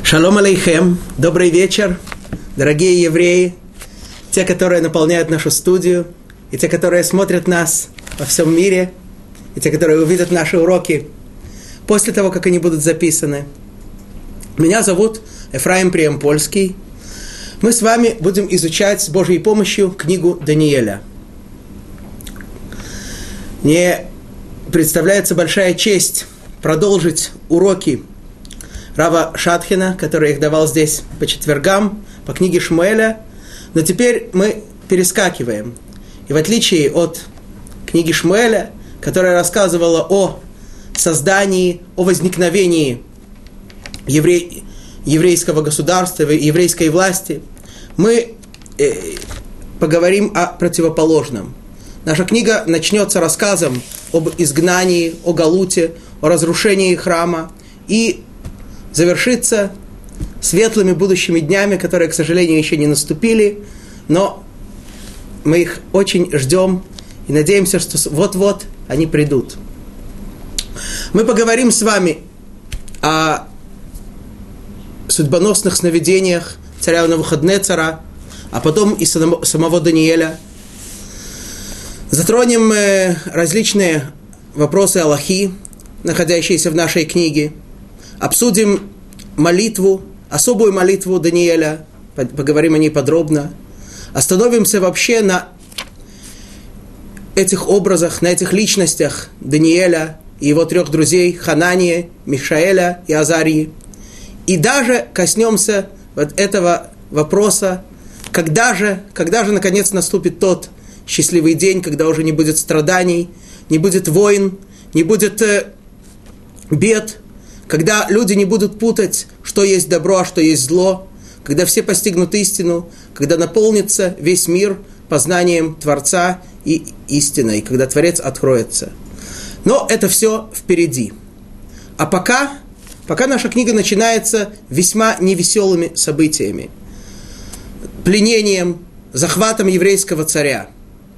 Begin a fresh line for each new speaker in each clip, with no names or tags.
Шалом алейхем, добрый вечер, дорогие евреи, те, которые наполняют нашу студию, и те, которые смотрят нас во всем мире, и те, которые увидят наши уроки после того, как они будут записаны. Меня зовут Ефраим Приампольский. Мы с вами будем изучать с Божьей помощью книгу Даниэля. Мне представляется большая честь продолжить уроки Рава Шатхина, который их давал здесь по четвергам, по книге Шмуэля. Но теперь мы перескакиваем. И в отличие от книги Шмуэля, которая рассказывала о создании, о возникновении еврейского государства, еврейской власти, мы поговорим о противоположном. Наша книга начнется рассказом об изгнании, о галуте, о разрушении храма и завершится светлыми будущими днями, которые, к сожалению, еще не наступили, но мы их очень ждем и надеемся, что вот-вот они придут. Мы поговорим с вами о судьбоносных сновидениях царя Навуходоносора, а потом и самого Даниэля. Затронем различные вопросы алахи, находящиеся в нашей книге. Обсудим молитву, особую молитву Даниэля, поговорим о ней подробно. Остановимся вообще на этих образах, на этих личностях Даниэля и его трех друзей Ханании, Мишаэля и Азарии. И даже коснемся вот этого вопроса, когда же наконец наступит тот счастливый день, когда уже не будет страданий, не будет войн, не будет бед, когда люди не будут путать, что есть добро, а что есть зло, когда все постигнут истину, когда наполнится весь мир познанием Творца и истиной, когда Творец откроется. Но это все впереди. А пока наша книга начинается весьма невеселыми событиями. Пленением, захватом еврейского царя.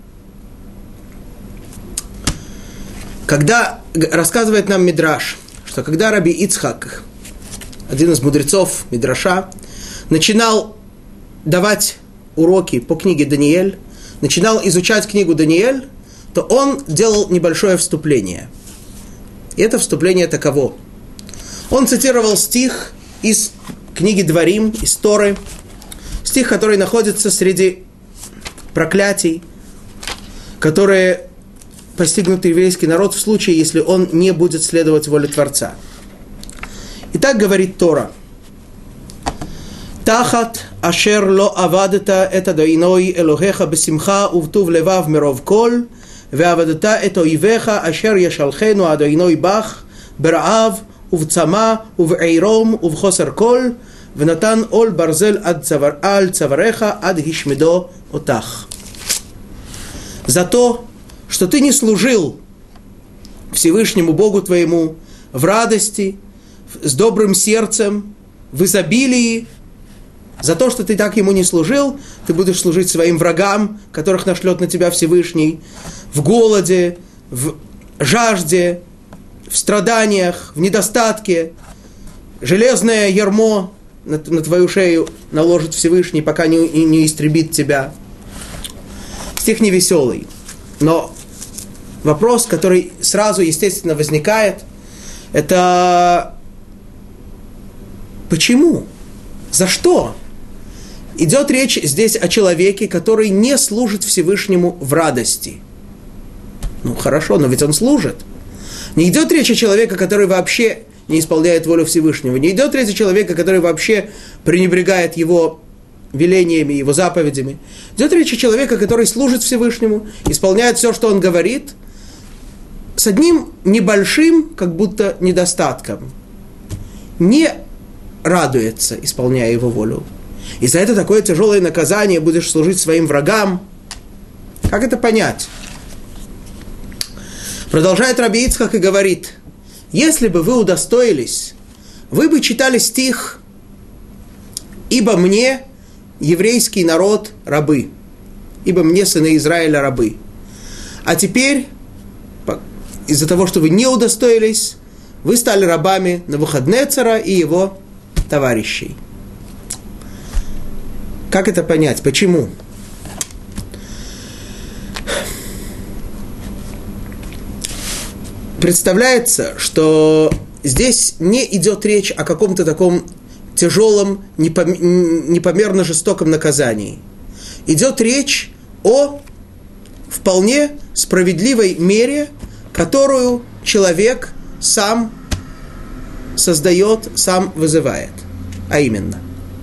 Когда рассказывает нам Мидраш, что когда Раби Ицхак, один из мудрецов Мидраша, начинал давать уроки по книге Даниэль, начинал изучать книгу Даниэль, то он делал небольшое вступление. И это вступление таково. Он цитировал стих из книги Дворим, из Торы, стих, который находится среди проклятий, которые постигнут еврейский народ в случае, если он не будет следовать воле Творца. И так говорит Тора. «Тахат ашер ло авадата эт Адоной Элохеха бесимха увтув левав миров кол, веавадата эт оивеха ашер яшалхену Адоной бах, бераав, увцама, увейром, увхосер кол, венатан ол барзель аль цавареха ад гишмедо отах». За то, что ты не служил Всевышнему Богу твоему в радости, с добрым сердцем, в изобилии. За то, что ты так ему не служил, ты будешь служить своим врагам, которых нашлет на тебя Всевышний, в голоде, в жажде, в страданиях, в недостатке. Железное ярмо на твою шею наложит Всевышний, пока не истребит тебя. Стих невеселый. Но вопрос, который сразу, естественно, возникает, это почему? За что? Идет речь здесь о человеке, который не служит Всевышнему в радости. Ну, хорошо, но ведь он служит. Не идет речь о человеке, который вообще не исполняет волю Всевышнего. Не идет речь о человеке, который вообще пренебрегает его велениями, его заповедями. Идет речь о человеке, который служит Всевышнему, исполняет все, что он говорит, с одним небольшим, как будто, недостатком. Не радуется, исполняя его волю. И за это такое тяжелое наказание будешь служить своим врагам. Как это понять? Продолжает Раби Ицхак и говорит: если бы вы удостоились, вы бы читали стих «Ибо мне еврейский народ рабы, ибо мне сыны Израиля рабы». А теперь, из-за того, что вы не удостоились, вы стали рабами Навуходоносора и его товарищей. Как это понять? Почему? Представляется, что здесь не идет речь о каком-то таком тяжелом, непомерно жестоком наказании. Идет речь о вполне справедливой мере, которую человек сам создает, сам вызывает. А именно,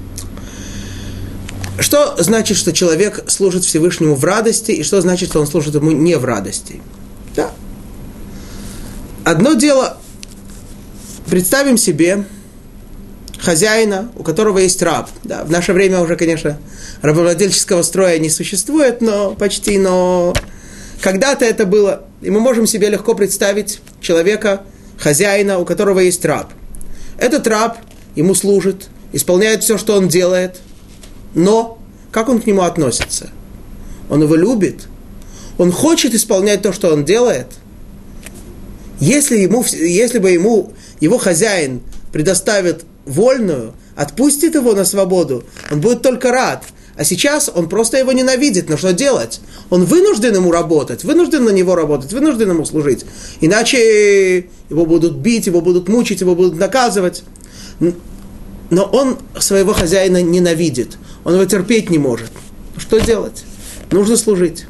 что значит, что человек служит Всевышнему в радости, и что значит, что он служит ему не в радости? Да. Одно дело, представим себе хозяина, у которого есть раб. Да, в наше время уже, конечно, рабовладельческого строя не существует, но почти, но когда-то это было. И мы можем себе легко представить человека, хозяина, у которого есть раб. Этот раб ему служит, исполняет все, что он делает, но как он к нему относится? Он его любит? Он хочет исполнять то, что он делает? Если бы ему его хозяин предоставит вольную, отпустит его на свободу, он будет только рад. А сейчас он просто его ненавидит. Но что делать? Он вынужден ему работать, вынужден на него работать, вынужден ему служить. Иначе его будут бить, его будут мучить, его будут наказывать. Но он своего хозяина ненавидит. Он его терпеть не может. Что делать? Нужно служить.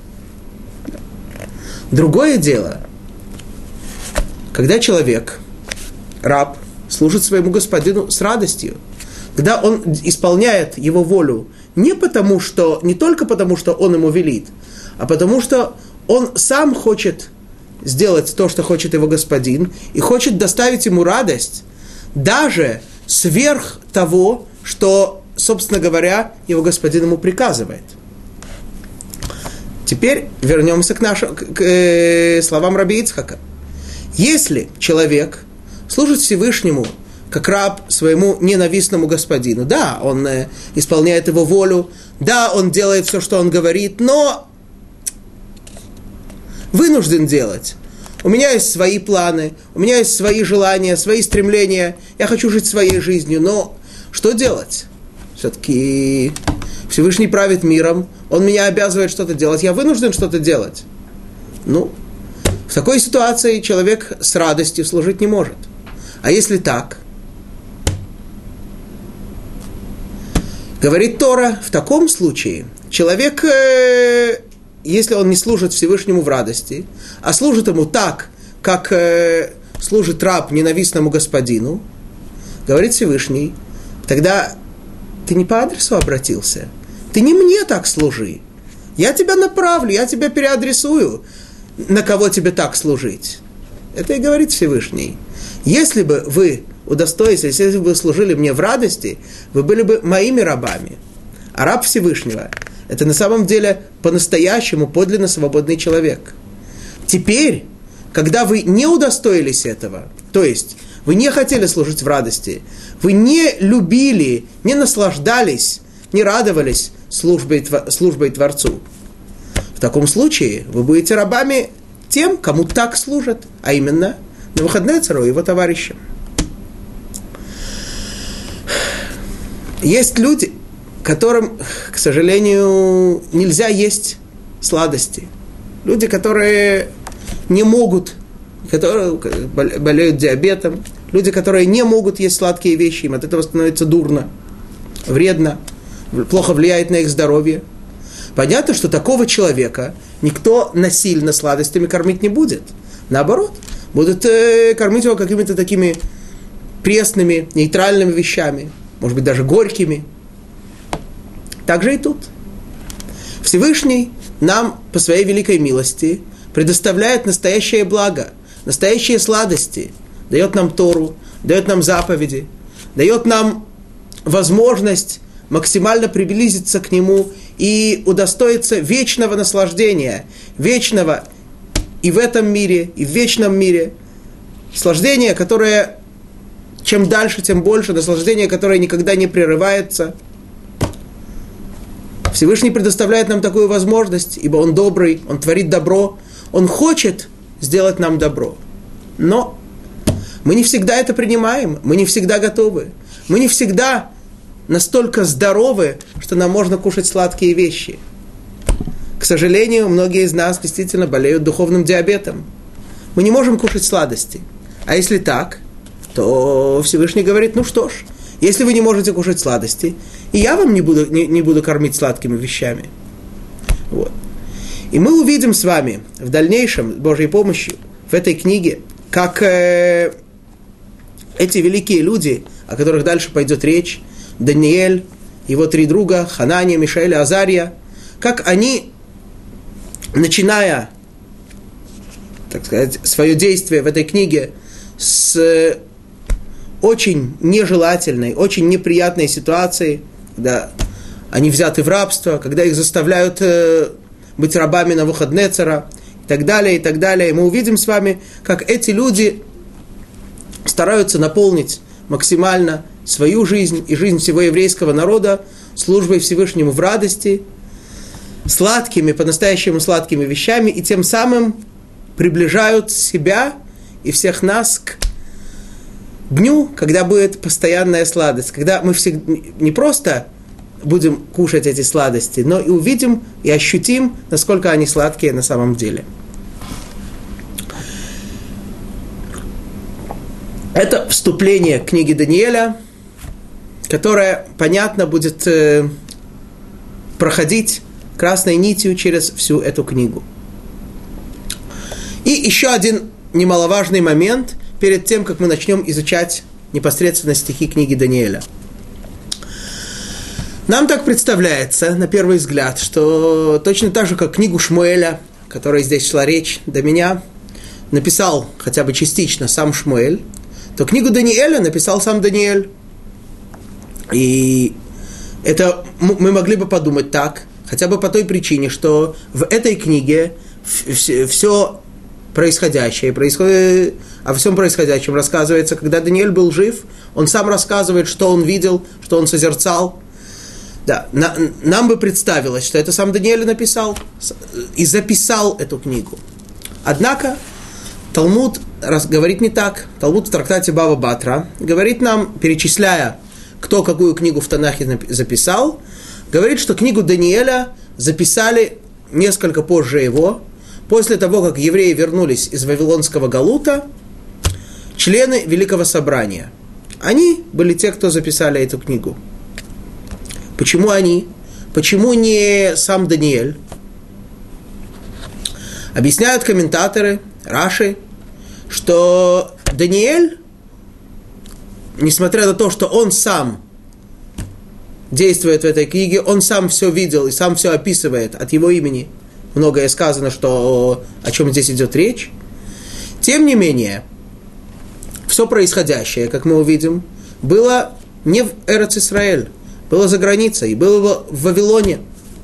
Другое дело, когда человек, раб, служит своему господину с радостью, когда он исполняет его волю не только потому, что он ему велит, а потому что он сам хочет сделать то, что хочет его господин, и хочет доставить ему радость, даже сверх того, что, собственно говоря, его господин ему приказывает. Теперь вернемся к словам Раби Ицхака. Если человек служит Всевышнему как раб своему ненавистному господину, да, он исполняет его волю, да, он делает все, что он говорит, но вынужден делать. У меня есть свои планы, у меня есть свои желания, свои стремления, я хочу жить своей жизнью, но что делать? Все-таки Всевышний правит миром, он меня обязывает что-то делать, я вынужден что-то делать. В такой ситуации человек с радостью служить не может. А если так? Говорит Тора, в таком случае человек, если он не служит Всевышнему в радости, а служит ему так, как служит раб ненавистному господину, говорит Всевышний, тогда ты не по адресу обратился, ты не мне так служи, я тебя направлю, я тебя переадресую, на кого тебе так служить. Это и говорит Всевышний. Если бы вы удостоились, если бы вы служили мне в радости, вы были бы моими рабами. А раб Всевышнего – это на самом деле по-настоящему подлинно свободный человек. Теперь, когда вы не удостоились этого, то есть вы не хотели служить в радости, вы не любили, не наслаждались, не радовались службой Творцу, в таком случае вы будете рабами тем, кому так служат, а именно Навуходоносору и его товарищам. Есть люди, которым, к сожалению, нельзя есть сладости. Люди, которые не могут, которые болеют диабетом, люди, которые не могут есть сладкие вещи, им от этого становится дурно, вредно, плохо влияет на их здоровье. Понятно, что такого человека никто насильно сладостями кормить не будет. Наоборот, будут кормить его какими-то такими пресными, нейтральными вещами, может быть, даже горькими. Так же и тут. Всевышний нам по своей великой милости предоставляет настоящее благо, настоящие сладости, дает нам Тору, дает нам заповеди, дает нам возможность максимально приблизиться к Нему и удостоиться вечного наслаждения, вечного и в этом мире, и в вечном мире. Наслаждение, которое чем дальше, тем больше, наслаждение, которое никогда не прерывается. Всевышний предоставляет нам такую возможность, ибо Он добрый, Он творит добро, Он хочет сделать нам добро. Но Мы не всегда это принимаем, мы не всегда готовы. Мы не всегда настолько здоровы, что нам можно кушать сладкие вещи. К сожалению, многие из нас действительно болеют духовным диабетом. Мы не можем кушать сладости. А если так, то Всевышний говорит, ну что ж, если вы не можете кушать сладости, и я вам не буду кормить сладкими вещами. Вот. И мы увидим с вами в дальнейшем, с Божьей помощью, в этой книге, как эти великие люди, о которых дальше пойдет речь, Даниэль, его 3 друга, Ханания, Мишаэль и Азария, как они, начиная, так сказать, свое действие в этой книге с очень нежелательной, очень неприятной ситуации, когда они взяты в рабство, когда их заставляют быть рабами Навуходнецера и так далее, и так далее. И мы увидим с вами, как эти люди стараются наполнить максимально свою жизнь и жизнь всего еврейского народа службой Всевышнему в радости, сладкими, по-настоящему сладкими вещами, и тем самым приближают себя и всех нас к дню, когда будет постоянная сладость, когда мы не просто будем кушать эти сладости, но и увидим и ощутим, насколько они сладкие на самом деле. Это вступление к книге Даниэля, которое, понятно, будет проходить красной нитью через всю эту книгу. И еще один немаловажный момент перед тем, как мы начнем изучать непосредственно стихи книги Даниэля. Нам так представляется, на первый взгляд, что точно так же, как книгу Шмуэля, о которой здесь шла речь до меня, написал хотя бы частично сам Шмуэль, то книгу Даниэля написал сам Даниэль. И это мы могли бы подумать так, хотя бы по той причине, что в этой книге все происходящее, о всем происходящем рассказывается. Когда Даниэль был жив, он сам рассказывает, что он видел, что он созерцал. Да, нам бы представилось, что это сам Даниэль написал и записал эту книгу. Однако Талмуд говорит не так. Талмуд в трактате Бава Батра говорит нам, перечисляя, кто какую книгу в Танахе записал, говорит, что книгу Даниэля записали несколько позже его, после того, как евреи вернулись из Вавилонского галута, члены Великого Собрания. Они были те, кто записали эту книгу. Почему они? Почему не сам Даниэль? Объясняют комментаторы, Раши, что Даниэль, несмотря на то, что он сам действует в этой книге, он сам все видел и сам все описывает от его имени. Многое сказано, что, о чем здесь идет речь. Тем не менее, все происходящее, как мы увидим, было не в Эрец-Исраэль, было за границей, было в Вавилоне.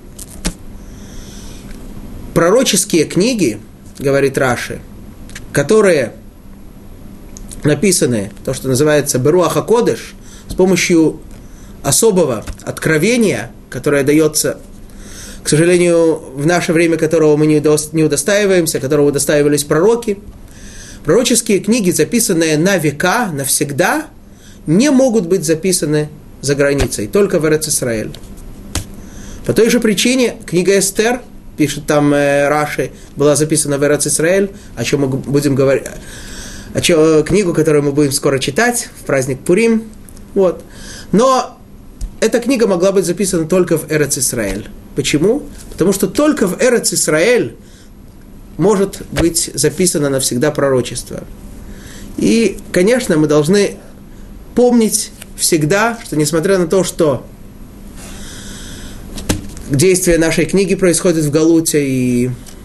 Пророческие книги, говорит Раши, которые написаны, то, что называется Беруах ха-Кодеш, с помощью особого откровения, которое дается, к сожалению, в наше время, которого мы не удостаиваемся, которого удостаивались пророки. Пророческие книги, записанные на века, навсегда, не могут быть записаны за границей, только в Эрец-Исраэль. По той же причине книга Эстер, пишет там Раши, была записана в Эрец-Исраэль, о чем мы будем говорить, книгу, которую мы будем скоро читать в праздник Пурим. Вот. Но эта книга могла быть записана только в Эрец-Исраэль. Почему? Потому что только в Эрец-Исраэль может быть записано навсегда пророчество. И, конечно, мы должны помнить всегда, что несмотря на то, что действие нашей книги происходит в Галуте, и,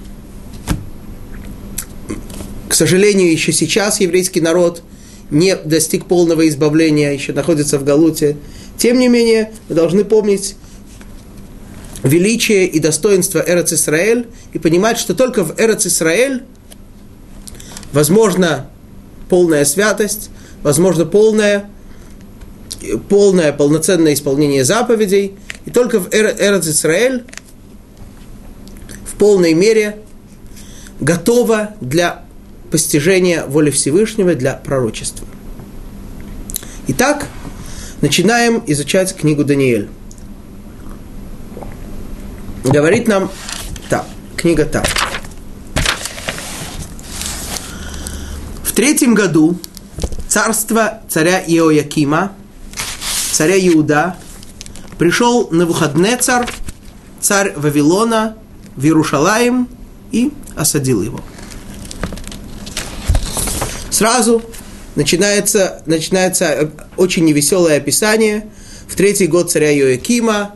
к сожалению, еще сейчас еврейский народ не достиг полного избавления, еще находится в Галуте, тем не менее, мы должны помнить величие и достоинство Эрец-Исраэль и понимать, что только в Эрец-Исраэль возможна полная святость, возможно полное, полноценное исполнение заповедей, и только в Эрец-Исраэль в полной мере готова для постижения воли Всевышнего для пророчества. Итак, начинаем изучать книгу Даниэль. Говорит нам так, книга так. В 3-м году царства царя Иоякима, царя Иуда, пришел Навуходнецар, царь Вавилона, в Иерушалаим и осадил его. Сразу начинается очень невеселое описание. В 3-й год царя Иоякима,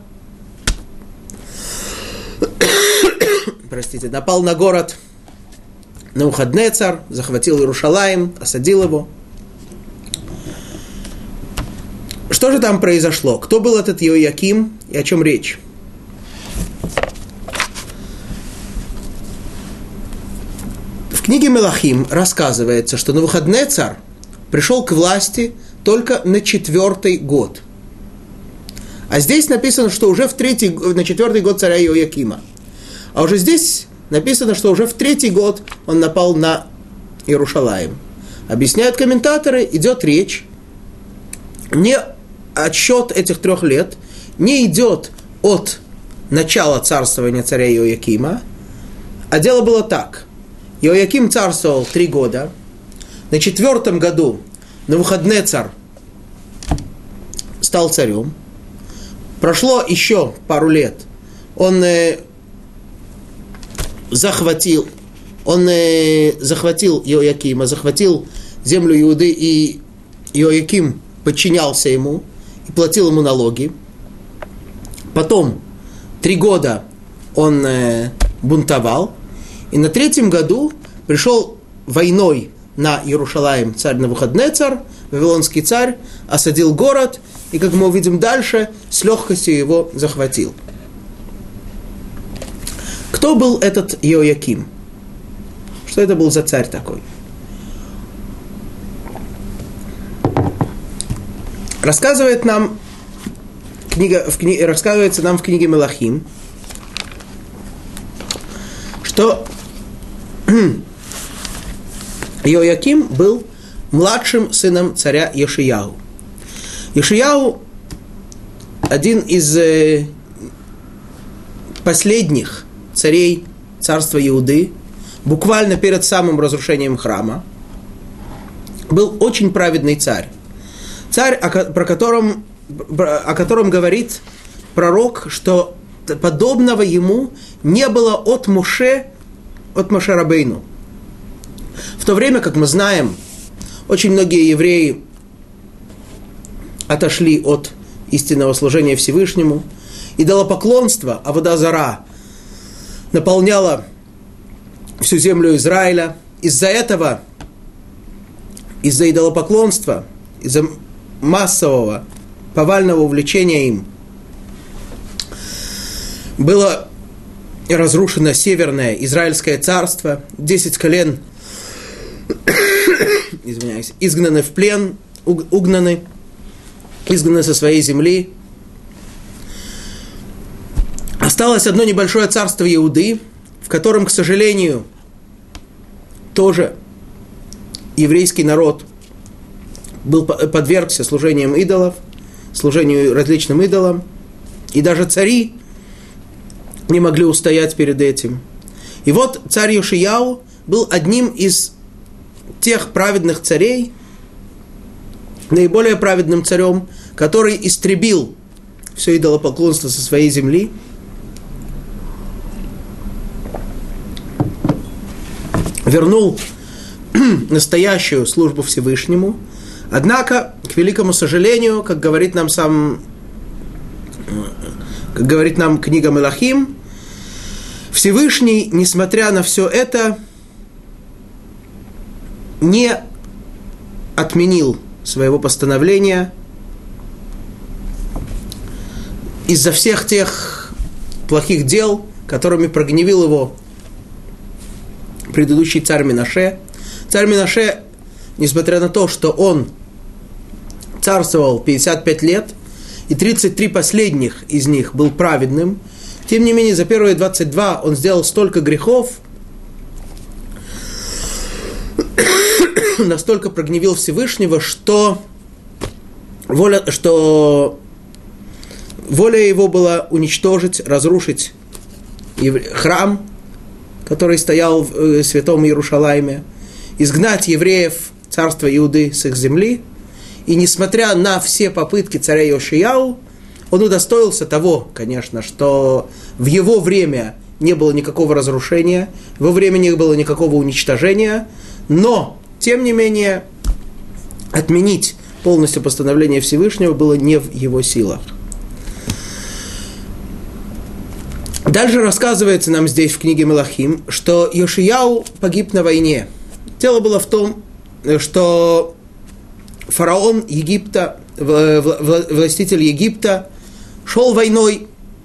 напал на город Навуходнецар, захватил Иерушалаим, осадил его. Что же там произошло? Кто был этот Иояким и о чем речь? В книге Мелахим рассказывается, что Навуходнецар пришел к власти только на 4-й год. А здесь написано, что уже на 4-й год царя Иоякима. А уже здесь написано, что уже в 3-й год он напал на Иерушалаим. Объясняют комментаторы, идет речь, не отсчет этих 3 лет не идет от начала царствования царя Иоякима, а дело было так. Иояким царствовал 3 года. На 4-м году Навуходнецар стал царем. Прошло еще пару лет. Он захватил Иоякима, захватил землю Иуды, и Иояким подчинялся ему и платил ему налоги. Потом 3 года он бунтовал. И на 3-м году пришел войной на Иерушалаим царь Навуходнецар, вавилонский царь, осадил город, и, как мы увидим дальше, с легкостью его захватил. Кто был этот Иояким? Что это был за царь такой? Рассказывается нам в книге Мелахим, что Иояким был младшим сыном царя Йошияу. Йошияу один из последних царей царства Иуды, буквально перед самым разрушением храма. Был очень праведный царь. Царь, о котором говорит пророк, что подобного ему не было от Моше Рабейну. В то время, как мы знаем, очень многие евреи отошли от истинного служения Всевышнему. Идолопоклонство, авода зара, наполняло всю землю Израиля. Из-за этого, из-за идолопоклонства, из-за массового повального увлечения им, было разрушено Северное Израильское царство, 10 колен изгнаны в плен, изгнаны со своей земли. Осталось одно небольшое царство Иуды, в котором, к сожалению, тоже еврейский народ подвергся служению различным идолам, и даже цари не могли устоять перед этим. И вот царь Йошияу был одним из тех праведных царей, наиболее праведным царем, который истребил все идолопоклонство со своей земли, вернул настоящую службу Всевышнему. Однако, к великому сожалению, как говорит нам книга Мелахим, Всевышний, несмотря на все это, не отменил своего постановления из-за всех тех плохих дел, которыми прогневил его предыдущий царь Менаше. Царь Менаше, несмотря на то, что он царствовал 55 лет, и 33 последних из них был праведным, тем не менее за первые 22 он сделал столько грехов, настолько прогневил Всевышнего, что воля его была уничтожить, разрушить храм, который стоял в святом Иерушалайме, изгнать евреев царства Иуды с их земли. И несмотря на все попытки царя Йошияу, он удостоился того, конечно, что в его время не было никакого разрушения, в его время не было никакого уничтожения, но, тем не менее, отменить полностью постановление Всевышнего было не в его силах. Дальше рассказывается нам здесь в книге Мелахим, что Йошияу погиб на войне. Дело было в том, что фараон Египта, властитель Египта, шел войной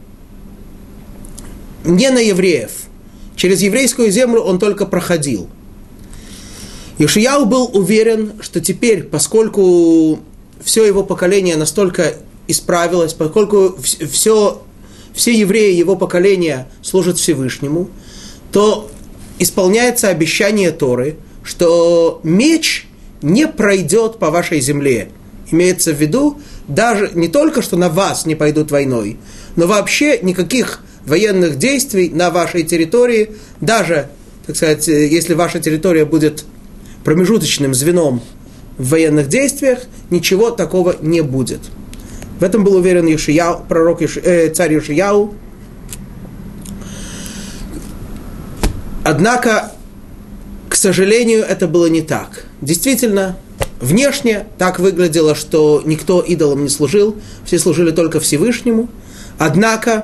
не на евреев. Через еврейскую землю он только проходил. Йошияу был уверен, что теперь, поскольку все его поколение настолько исправилось, поскольку все евреи его поколения служат Всевышнему, то исполняется обещание Торы, что меч не пройдет по вашей земле. Имеется в виду, даже не только, что на вас не пойдут войной, но вообще никаких военных действий на вашей территории, даже, так сказать, если ваша территория будет промежуточным звеном в военных действиях, ничего такого не будет. В этом был уверен царь Йошияу. Однако, к сожалению, это было не так. Действительно, внешне так выглядело, что никто идолам не служил, все служили только Всевышнему. Однако,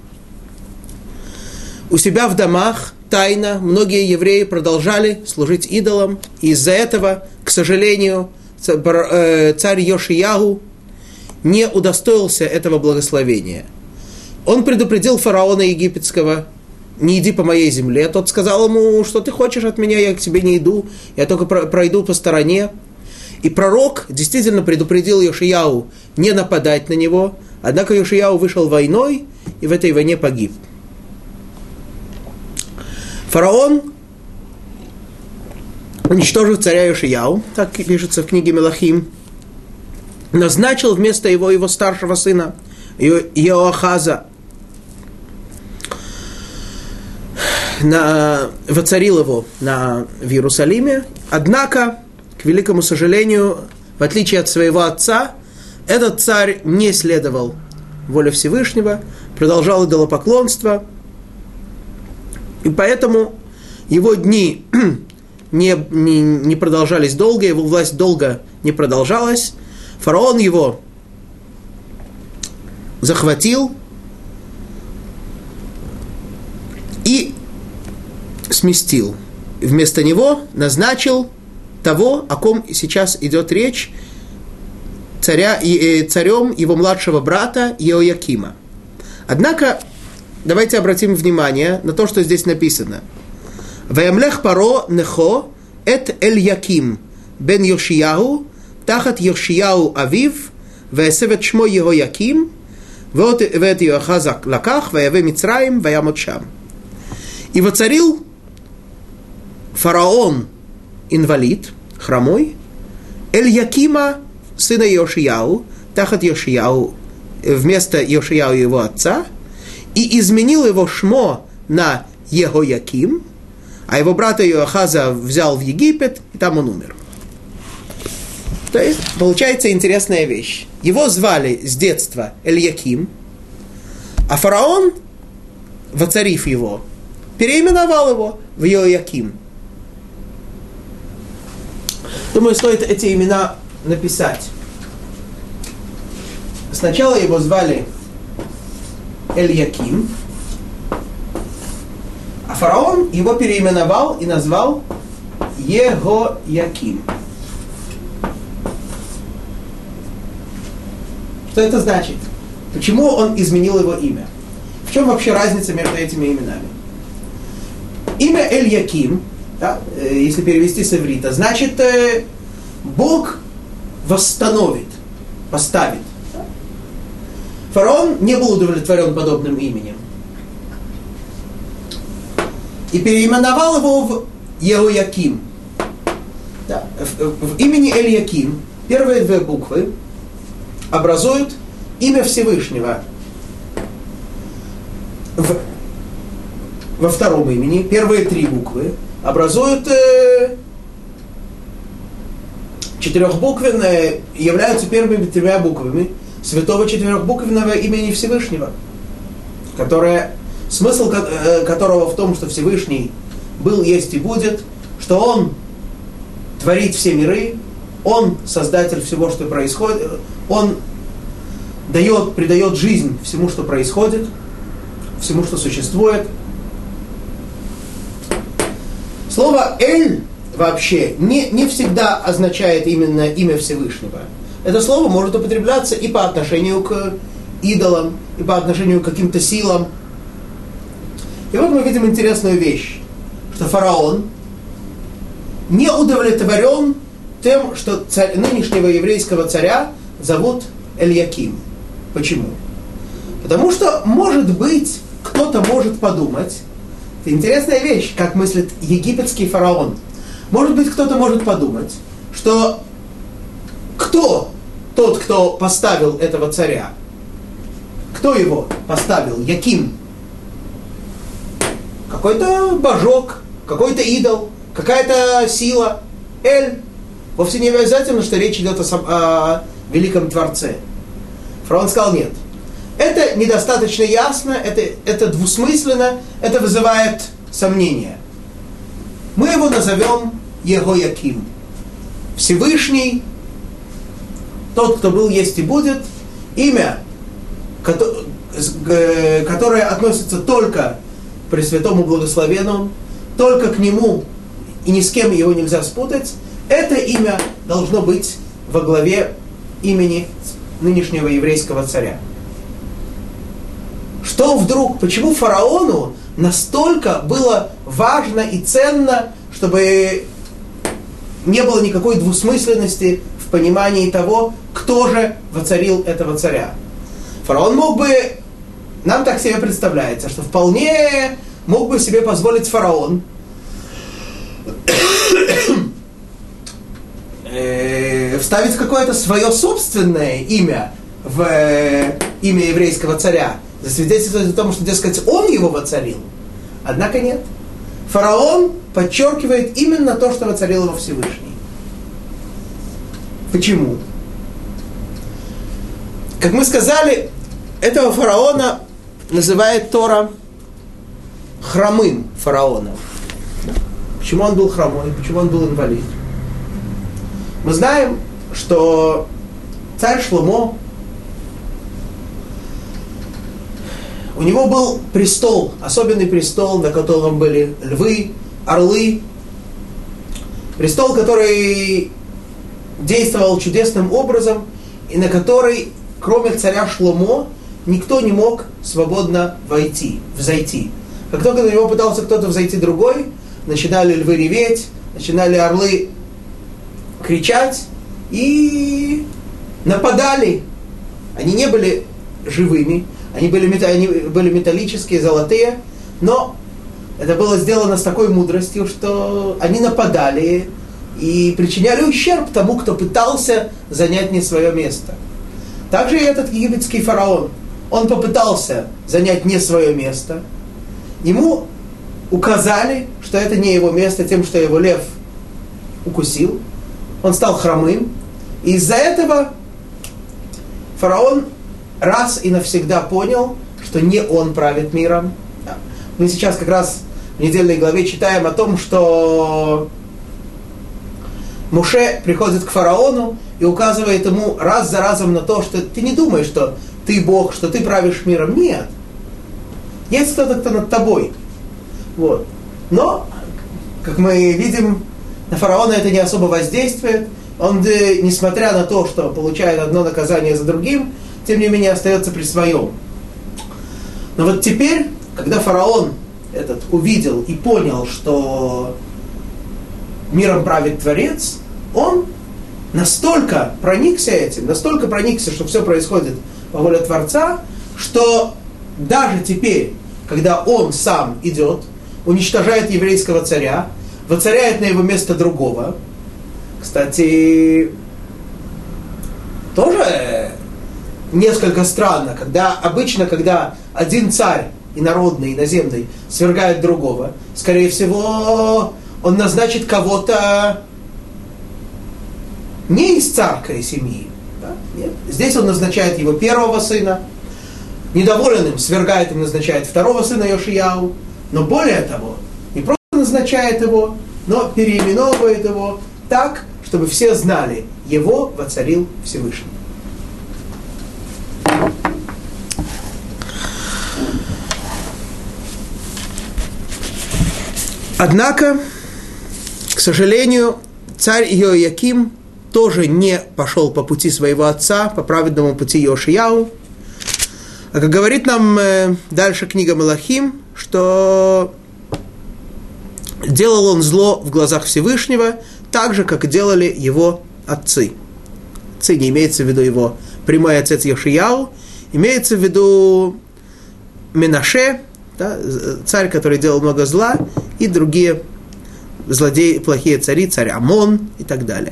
у себя в домах тайно многие евреи продолжали служить идолам. И из-за этого, к сожалению, царь Йошияу не удостоился этого благословения. Он предупредил фараона египетского: не иди по моей земле. Тот сказал ему: что ты хочешь от меня, я к тебе не иду, я только пройду по стороне. И пророк действительно предупредил Йошияу не нападать на него, однако Йошияу вышел войной и в этой войне погиб. Фараон, уничтожив царя Йошияу, так пишется в книге Мелахим, назначил вместо его старшего сына Иоахаза, воцарил его в Иерусалиме. Однако, к великому сожалению, в отличие от своего отца, этот царь не следовал воле Всевышнего, продолжал идолопоклонство, и поэтому его дни не продолжались долго, его власть долго не продолжалась. Фараон его захватил и сместил. Вместо него назначил того, о ком сейчас идет речь, царем его младшего брата Иоякима. Однако, давайте обратим внимание на то, что здесь написано. «Ваямлех паро нехо эт Эль-Яким бен Йошияу тахат Йошияу авив ваэсевет шмо Йеhoяким вэт Йоахаза лаках ваяве Мицраим ваямот шам». И воцарил фараон, инвалид, хромой, Эль-Якима, сына Йошияу, тахат Йошияу, вместо Йошияу его отца, и изменил его шмо на Йеhoяким, а его брата Йоахаза взял в Египет, и там он умер. То есть, получается интересная вещь. Его звали с детства Эль-Яким, а фараон, воцарив его, переименовал его в Йояким. Думаю, стоит эти имена написать. Сначала его звали Эль-Яким, а фараон его переименовал и назвал Йеhoяким. Что это значит? Почему он изменил его имя? В чем вообще разница между этими именами? Имя Эль-Яким, да, если перевести с иврита, значит Бог восстановит, поставит. Да? Фараон не был удовлетворен подобным именем. И переименовал его в Йеhoяким. Да. в имени Эль-Яким первые две буквы образуют имя Всевышнего. Во втором имени первые три буквы образуют четырехбуквенное, являются первыми тремя буквами святого четырехбуквенного имени Всевышнего, смысл которого в том, что Всевышний был, есть и будет, что Он творит все миры, Он создатель всего, что происходит, Он придает жизнь всему, что происходит, всему, что существует. Слово «эль» вообще не всегда означает именно имя Всевышнего. Это слово может употребляться и по отношению к идолам, и по отношению к каким-то силам. И вот мы видим интересную вещь, что фараон не удовлетворен тем, что нынешнего еврейского царя зовут Эль-Яким. Почему? Потому что, может быть, кто-то может подумать, это интересная вещь, как мыслит египетский фараон. Может быть, кто-то может подумать, что кто тот, кто поставил этого царя? Кто его поставил? Яким? Какой-то божок, какой-то идол, какая-то сила. Эль. Вовсе не обязательно, что речь идет о великом Творце. Фараон сказал нет. Это недостаточно ясно, это двусмысленно, это вызывает сомнения. Мы его назовем Егояким. Всевышний, тот, кто был, есть и будет, имя, которое относится только к Пресвятому Благословенному, только к Нему, и ни с кем его нельзя спутать, это имя должно быть во главе имени нынешнего еврейского царя. Что вдруг, почему фараону настолько было важно и ценно, чтобы не было никакой двусмысленности в понимании того, кто же воцарил этого царя? Фараон мог бы, нам так себе представляется, что вполне мог бы себе позволить фараон вставить какое-то свое собственное имя в имя еврейского царя, засвидетельствовать о том, что, дескать, он его воцарил. Однако нет. Фараон подчеркивает именно то, что воцарил его Всевышний. Почему? Как мы сказали, этого фараона называет Тора хромым фараоном. Почему он был хромой? Почему он был инвалид? Мы знаем, что царь Шломо, у него был престол, особенный престол, на котором были львы, орлы. Престол, который действовал чудесным образом, и на который, кроме царя Шломо, никто не мог свободно взойти. Как только на него пытался кто-то взойти другой, начинали львы реветь, начинали орлы кричать и нападали. Они не были живыми, они были металлические, золотые, но это было сделано с такой мудростью, что они нападали и причиняли ущерб тому, кто пытался занять не свое место. Также и этот египетский фараон. Он попытался занять не свое место. Ему указали, что это не его место, тем, что его лев укусил. Он стал хромым. И из-за этого фараон раз и навсегда понял, что не он правит миром. Мы сейчас как раз в недельной главе читаем о том, что Моше приходит к фараону и указывает ему раз за разом на то, что ты не думаешь, что ты Бог, что ты правишь миром. Нет. Есть кто-то, кто над тобой. Вот. Но, как мы видим, на фараона это не особо воздействует. Он, несмотря на то, что получает одно наказание за другим, тем не менее остается при своем. Но вот теперь, когда фараон этот увидел и понял, что миром правит Творец, он настолько проникся этим, что все происходит по воле Творца, что даже теперь, когда он сам идет, уничтожает еврейского царя, воцаряет на его место другого. Кстати, тоже несколько странно, обычно, когда один царь инородный, иноземный свергает другого, скорее всего, он назначит кого-то не из царской семьи. Да? Нет? Здесь он назначает его первого сына, недоволен им, свергает и назначает второго сына Йошияу, но более того, не просто назначает его, но переименовывает его так, чтобы все знали, его воцарил Всевышний. Однако, к сожалению, царь Йояким тоже не пошел по пути своего отца, по праведному пути Йошияу. А как говорит нам дальше книга Мелахим, что делал он зло в глазах Всевышнего, так же, как делали его отцы. Отцы не имеется в виду его прямой отец Йошияу, имеется в виду Менаше, да, царь, который делал много зла, и другие злодеи, плохие цари, царь Амон и так далее.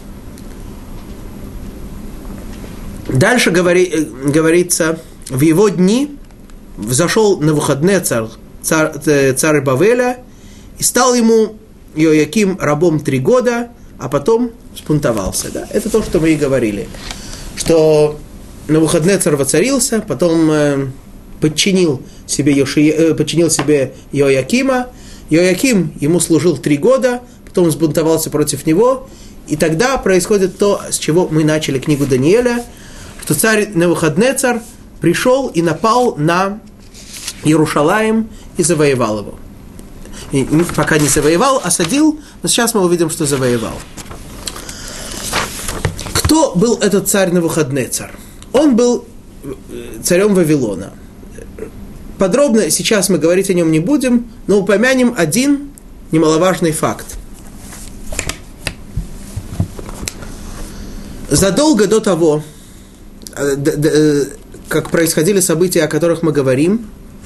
Дальше говорится, в его дни взошел Навуходнецар, царь Бавеля, и стал ему Йояким рабом 3 года, а потом спунтовался. Да? Это то, что мы и говорили, что Навуходнецар воцарился, потом подчинил себе Йоякима. Йояким ему служил 3 года, потом сбунтовался против него, и тогда происходит то, с чего мы начали книгу Даниэля, что царь Навуходнецар пришел и напал на Иерушалаим и завоевал его. И пока не завоевал, осадил, но сейчас мы увидим, что завоевал. Кто был этот царь Навуходнецар? Он был царем Вавилона. Подробно сейчас мы говорить о нем не будем, но упомянем один немаловажный факт. Задолго до того, как происходили события, о которых мы говорим,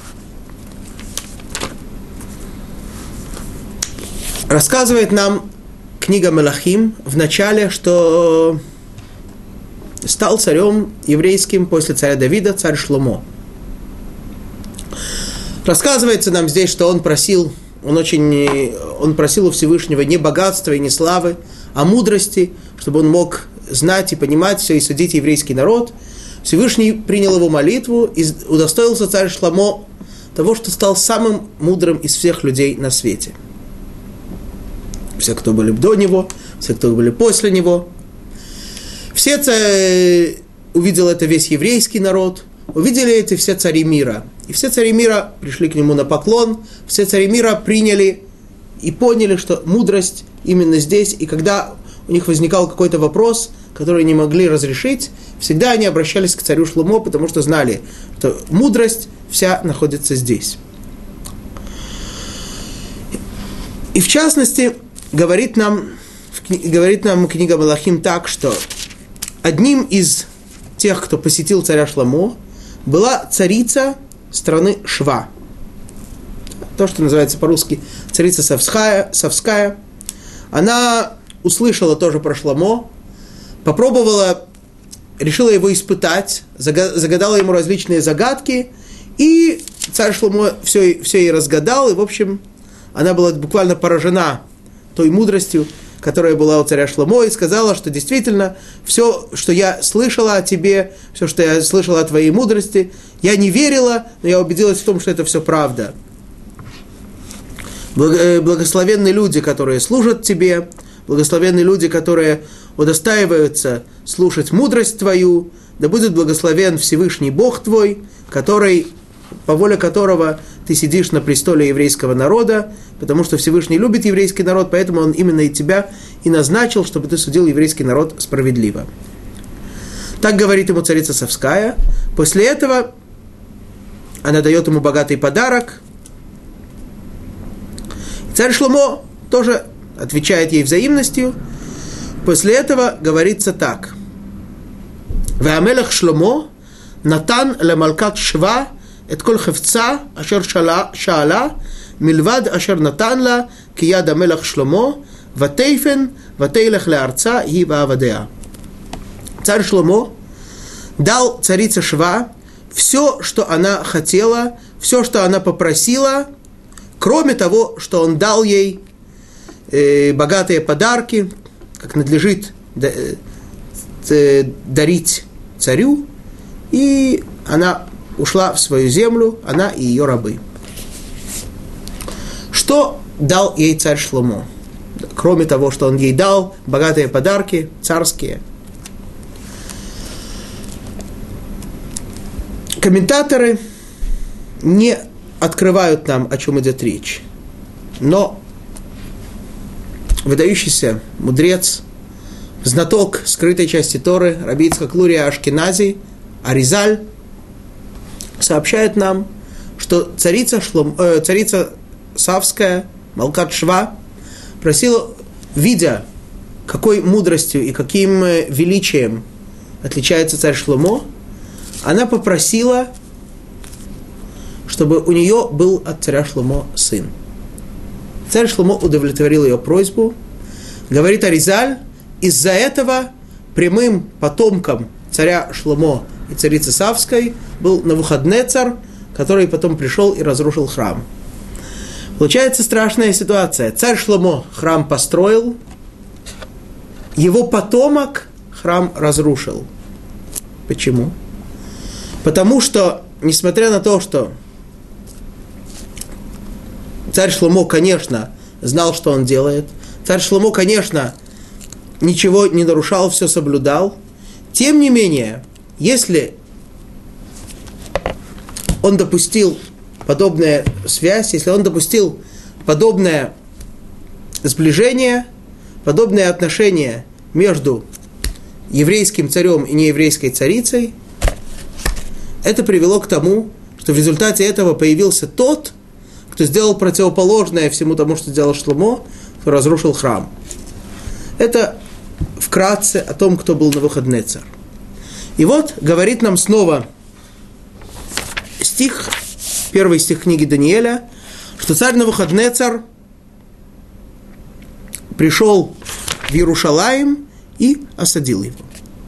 рассказывает нам книга Мелахим в начале, что стал царем еврейским после царя Давида царь Шломо. Рассказывается нам здесь, что он просил у Всевышнего не богатства и не славы, а мудрости, чтобы он мог знать и понимать все и судить еврейский народ. Всевышний принял его молитву и удостоился царь Шломо того, что стал самым мудрым из всех людей на свете. Все, кто были до него, все, кто были после него. Увидел это весь еврейский народ, увидели это все цари мира. И все цари мира пришли к нему на поклон, все цари мира приняли и поняли, что мудрость именно здесь. И когда у них возникал какой-то вопрос, который не могли разрешить, всегда они обращались к царю Шломо, потому что знали, что мудрость вся находится здесь. И в частности, говорит нам книга Мелахим так, что одним из тех, кто посетил царя Шломо, была царица страны Шва. То, что называется по-русски царица Савская. Она услышала тоже про Шломо, решила его испытать, загадала ему различные загадки, и царь Шломо все ей разгадал, и, в общем, она была буквально поражена той мудростью, которая была у царя Шломо, и сказала, что действительно все, что я слышала о тебе, все, что я слышала о твоей мудрости, я не верила, но я убедилась в том, что это все правда. Благословенны люди, которые служат тебе, благословенны люди, которые удостаиваются слушать мудрость твою, да будет благословен Всевышний Бог твой, по воле которого ты сидишь на престоле еврейского народа, потому что Всевышний любит еврейский народ, поэтому он именно и тебя и назначил, чтобы ты судил еврейский народ справедливо. Так говорит ему царица Савская. После этого она дает ему богатый подарок. Царь Шломо тоже отвечает ей взаимностью. После этого говорится так. «Веамелех Шломо натан лемалкат Шва את כל חפצה אשר שאלה מלבד אשר נתן לה כיד המלך שלמה ватейфен, ватейлах леарца и ваавадеа. Царь Шломо дал царице Шва все, что она хотела, все, что она попросила, кроме того, что он дал ей богатые подарки, как надлежит дарить царю, и она ушла в свою землю, она и ее рабы. Что дал ей царь Шломо? Кроме того, что он ей дал богатые подарки царские. Комментаторы не открывают нам, о чем идет речь. Но выдающийся мудрец, знаток скрытой части Торы, Раби Ицхак Лурия Ашкенази, Аризаль, сообщает нам, что царица Савская, Малкат Шва, просила, видя, какой мудростью и каким величием отличается царь Шломо, она попросила, чтобы у нее был от царя Шломо сын. Царь Шломо удовлетворил ее просьбу. Говорит Аризаль, из-за этого прямым потомком царя Шломо и царицы Савской был Навуходнецар, который потом пришел и разрушил храм. Получается страшная ситуация. Царь Шломо храм построил, его потомок храм разрушил. Почему? Потому что, несмотря на то, что царь Шломо, конечно, знал, что он делает, царь Шломо, конечно, ничего не нарушал, все соблюдал, тем не менее, если он допустил подобную связь, если он допустил подобное сближение, подобное отношение между еврейским царем и нееврейской царицей, это привело к тому, что в результате этого появился тот, кто сделал противоположное всему тому, что сделал Шломо, кто разрушил храм. Это вкратце о том, кто был Навуходнецар. И вот говорит нам снова стих, первый стих книги Даниэля, что царь Навуходнецар пришел в Иерушалаим и осадил его.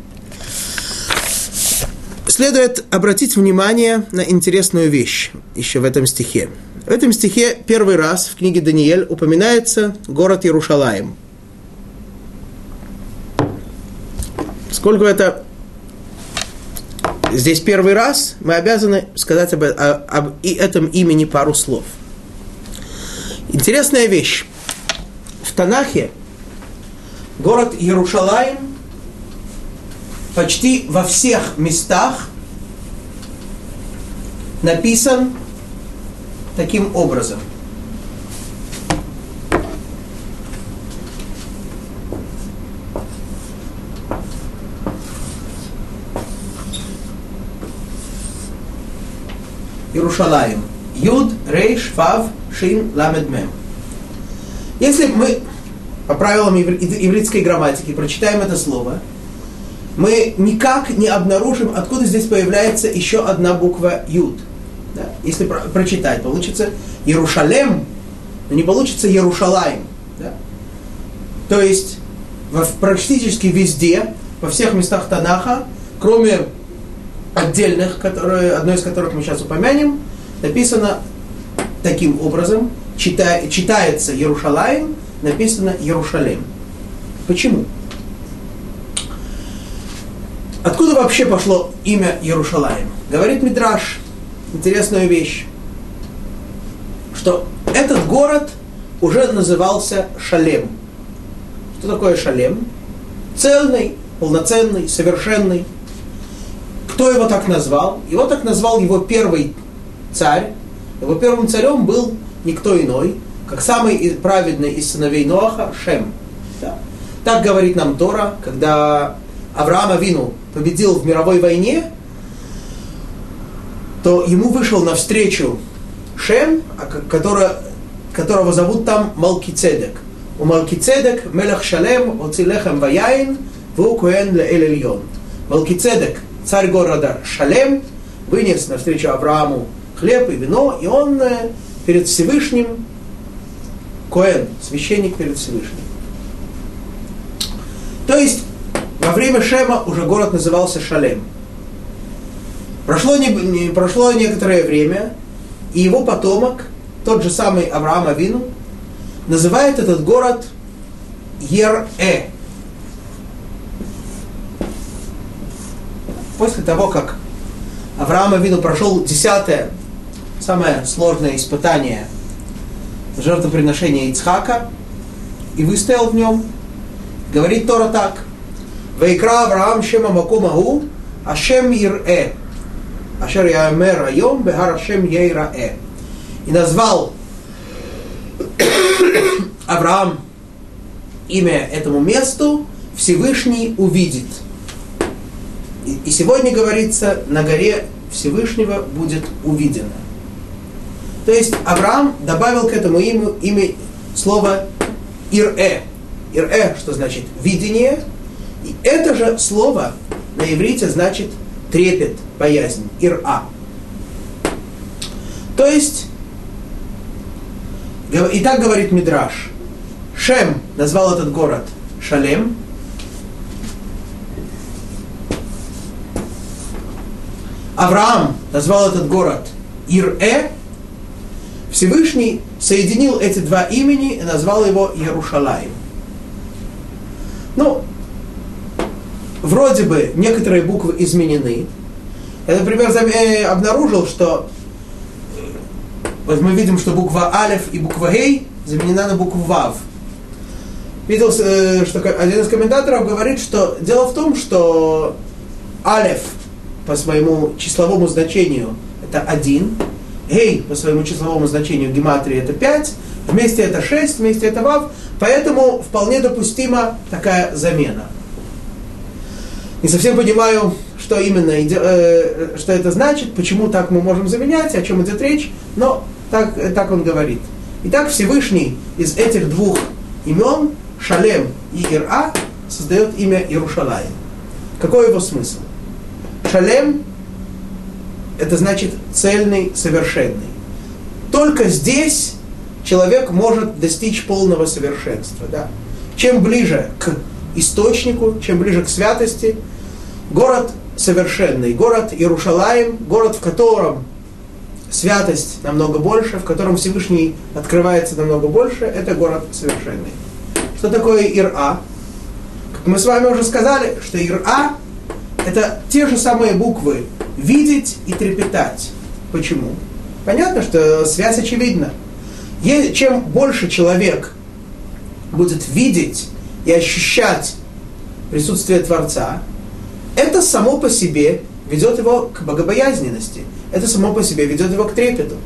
Следует обратить внимание на интересную вещь еще в этом стихе. В этом стихе первый раз в книге Даниэль упоминается город Иерушалаим. Поскольку это здесь первый раз, мы обязаны сказать об этом имени пару слов. Интересная вещь. В Танахе город Иерушалаим почти во всех местах написан таким образом. Иерушалаим. Юд, Рейш, Вав, Шин, Ламед, Мем. Если мы по правилам ивритской грамматики прочитаем это слово, мы никак не обнаружим, откуда здесь появляется еще одна буква Юд. Да? Если прочитать, получится Иерушалем, но не получится Иерушалаим. Да? То есть практически везде, во всех местах Танаха, кроме отдельных, одно из которых мы сейчас упомянем, написано таким образом, читается Иерушалаим, написано Иерушалем. Почему? Откуда вообще пошло имя Иерушалаим? Говорит Мидраш интересную вещь, что этот город уже назывался Шалем. Что такое Шалем? Цельный, полноценный, совершенный. Кто его так назвал? Его так назвал его первый царь. Его первым царем был никто иной, как самый праведный из сыновей Ноаха, Шем. Да. Так говорит нам Тора, когда Авраам Авину победил в мировой войне, то ему вышел навстречу Шем, которого зовут там Малкицедек. У Малкицедек мелех Шалем оцилехем ваяин ву коэн леэль эльон. Малкицедек, царь города Шалем, вынес навстречу Аврааму хлеб и вино, и он перед Всевышним, коэн, священник перед Всевышним. То есть во время Шема уже город назывался Шалем. Прошло некоторое время, и его потомок, тот же самый Авраам Авину, называет этот город Ер-Э. После того, как Авраам Авину прошел 10-е, самое сложное испытание жертвоприношения Ицхака, и выстоял в нем, говорит Тора так: «Ваикра Авраам шема макумаху Ашем Ер-Э, Ашер Яэмер Айом Бехар Ашем Ейра-Э». И назвал Авраам имя этому месту «Всевышний увидит». И сегодня говорится, на горе Всевышнего будет увидено. То есть Авраам добавил к этому имя слово Ир-Э. Ир-Э, что значит видение. И это же слово на иврите значит трепет, боязнь. Ир-А. То есть, и так говорит Мидраш. Шем назвал этот город Шалем. Авраам назвал этот город Ир-Э. Всевышний соединил эти два имени и назвал его Иерушалаим. Ну, вроде бы некоторые буквы изменены. Я, например, обнаружил, что вот мы видим, что буква Алеф и буква Гей заменена на букву Вав. Видел, что один из комментаторов говорит, что дело в том, что Алеф по своему числовому значению это 1, Гей по своему числовому значению гематрии это 5, вместе это 6, вместе это Вав, поэтому вполне допустима такая замена. Не совсем понимаю, что именно, что это значит, почему так мы можем заменять, о чем идет речь, но так он говорит. Итак, Всевышний из этих двух имен, Шалем и Ир-А, создает имя Иерушалаим. Какой его смысл? Шалем – это значит цельный, совершенный. Только здесь человек может достичь полного совершенства. Да? Чем ближе к источнику, чем ближе к святости, город совершенный, город Иерушалаим, город, в котором святость намного больше, в котором Всевышний открывается намного больше, это город совершенный. Что такое Ир-А? Как мы с вами уже сказали, что Ир-А – это те же самые буквы «видеть» и «трепетать». Почему? Понятно, что связь очевидна. Чем больше человек будет видеть и ощущать присутствие Творца, это само по себе ведет его к богобоязненности. Это само по себе ведет его к трепету.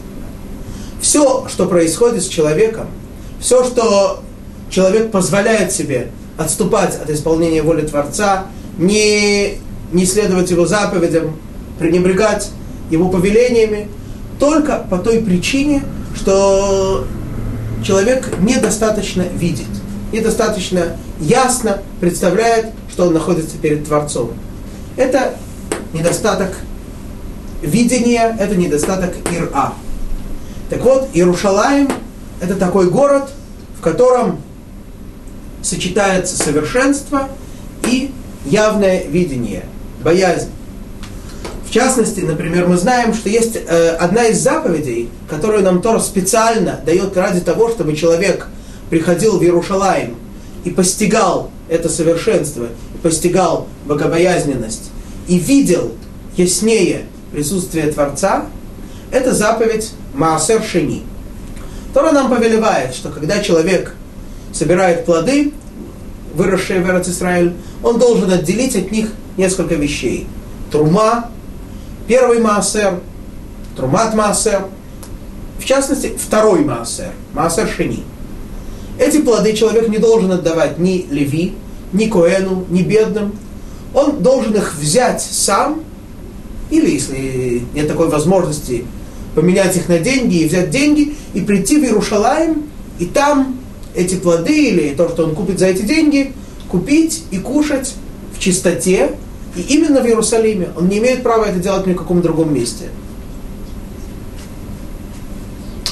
Все, что происходит с человеком, все, что человек позволяет себе отступать от исполнения воли Творца, не следовать его заповедям, пренебрегать его повелениями, только по той причине, что человек недостаточно видит, недостаточно ясно представляет, что он находится перед Творцом. Это недостаток видения, это недостаток Ир-А. Так вот, Иерушалаим – это такой город, в котором сочетается совершенство и явное видение, боязнь. В частности, например, мы знаем, что есть одна из заповедей, которую нам Тора специально дает ради того, чтобы человек приходил в Иерушалаим и постигал это совершенство, постигал богобоязненность и видел яснее присутствие Творца, это заповедь Маасер Шени. Тора нам повелевает, что когда человек собирает плоды, выросшие в Эрец-Исраэль, он должен отделить от них несколько вещей. Трума, первый Маасер, Трумат Маасер, в частности, второй Маасер, Маасер Шени. Эти плоды человек не должен отдавать ни Леви, ни Коэну, ни бедным. Он должен их взять сам, или, если нет такой возможности, поменять их на деньги и взять деньги, и прийти в Иерушалаим, и там эти плоды, или то, что он купит за эти деньги, купить и кушать в чистоте, и именно в Иерусалиме. Он не имеет права это делать ни в каком другом месте.